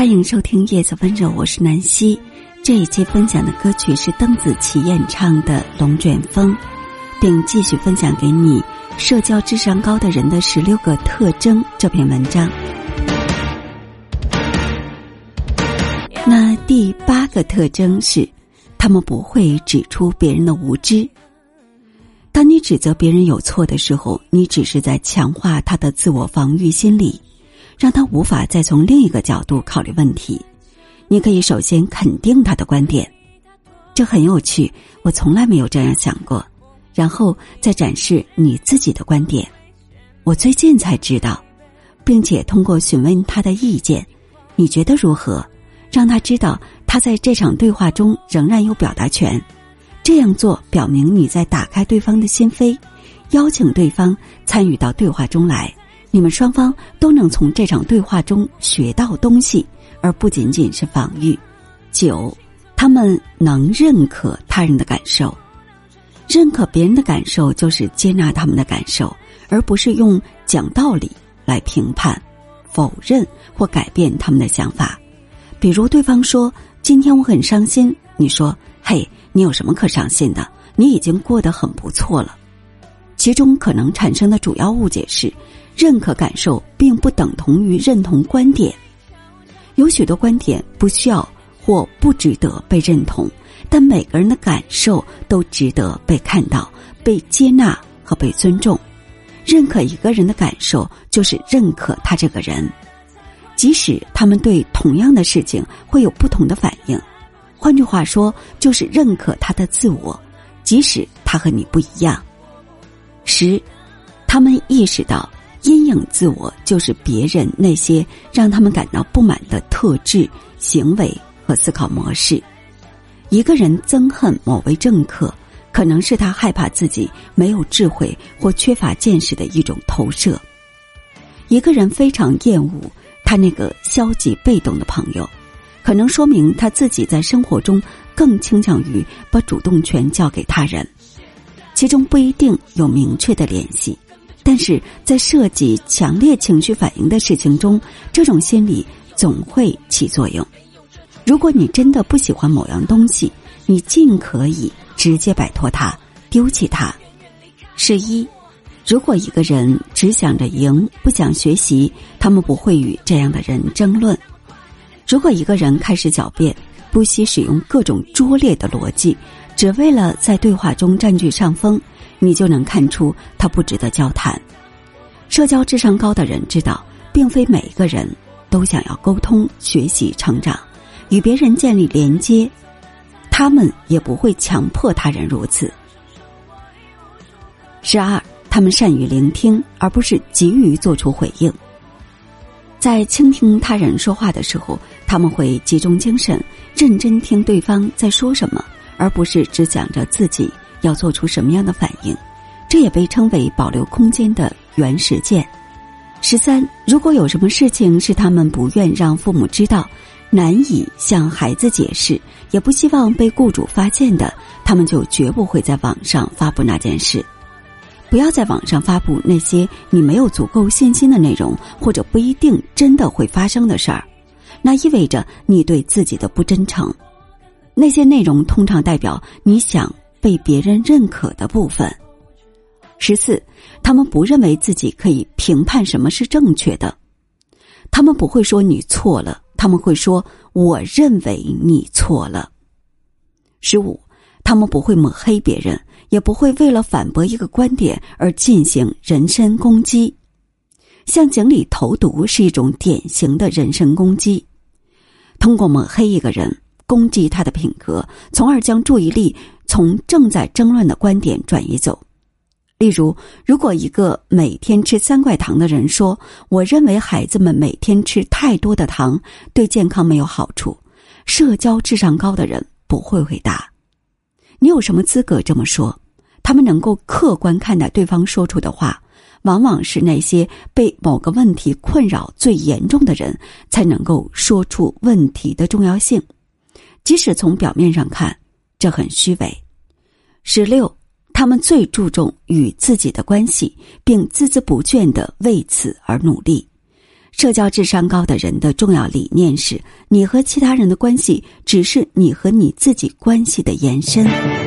欢迎收听夜色温柔，我是南希。这一期分享的歌曲是邓紫棋演唱的《龙卷风》，并继续分享给你社交智商高的人的16个特征这篇文章。那第8个特征是，他们不会指出别人的无知。当你指责别人有错的时候，你只是在强化他的自我防御心理，让他无法再从另一个角度考虑问题。你可以首先肯定他的观点，这很有趣，我从来没有这样想过，然后再展示你自己的观点。我最近才知道，并且通过询问他的意见，你觉得如何？让他知道他在这场对话中仍然有表达权。这样做表明你在打开对方的心扉，邀请对方参与到对话中来，你们双方都能从这场对话中学到东西，而不仅仅是防御。9，他们能认可他人的感受。认可别人的感受就是接纳他们的感受，而不是用讲道理来评判、否认或改变他们的想法。比如对方说今天我很伤心，你说嘿，你有什么可伤心的？你已经过得很不错了。其中可能产生的主要误解是，认可感受并不等同于认同观点。有许多观点不需要或不值得被认同，但每个人的感受都值得被看到、被接纳和被尊重。认可一个人的感受，就是认可他这个人，即使他们对同样的事情会有不同的反应。换句话说，就是认可他的自我，即使他和你不一样。10，他们意识到阴影自我就是别人那些让他们感到不满的特质、行为和思考模式。一个人憎恨某位政客，可能是他害怕自己没有智慧或缺乏见识的一种投射。一个人非常厌恶他那个消极被动的朋友，可能说明他自己在生活中更倾向于把主动权交给他人。其中不一定有明确的联系，但是在涉及强烈情绪反应的事情中，这种心理总会起作用。如果你真的不喜欢某样东西，你尽可以直接摆脱它，丢弃它。11，如果一个人只想着赢，不想学习，他们不会与这样的人争论。如果一个人开始狡辩，不惜使用各种拙劣的逻辑，只为了在对话中占据上风，你就能看出他不值得交谈。社交智商高的人知道，并非每一个人都想要沟通、学习、成长，与别人建立连接，他们也不会强迫他人如此。12，他们善于聆听，而不是急于做出回应。在倾听他人说话的时候，他们会集中精神，认真听对方在说什么，而不是只想着自己要做出什么样的反应。这也被称为保留空间的原实践。13，如果有什么事情是他们不愿让父母知道，难以向孩子解释，也不希望被雇主发现的，他们就绝不会在网上发布那件事。不要在网上发布那些你没有足够信心的内容，或者不一定真的会发生的事儿，那意味着你对自己的不真诚。那些内容通常代表你想被别人认可的部分。14，他们不认为自己可以评判什么是正确的。他们不会说你错了，他们会说我认为你错了。15，他们不会抹黑别人，也不会为了反驳一个观点而进行人身攻击。向井里投毒是一种典型的人身攻击。通过抹黑一个人，攻击他的品格，从而将注意力从正在争论的观点转移走。例如，如果一个每天吃3块糖的人说，我认为孩子们每天吃太多的糖对健康没有好处，社交智商高的人不会回答。你有什么资格这么说？他们能够客观看待对方说出的话，往往是那些被某个问题困扰最严重的人才能够说出问题的重要性，即使从表面上看，这很虚伪。16，他们最注重与自己的关系，并孜孜不倦地为此而努力。 社交智商高的人的重要理念是，你和其他人的关系只是你和你自己关系的延伸。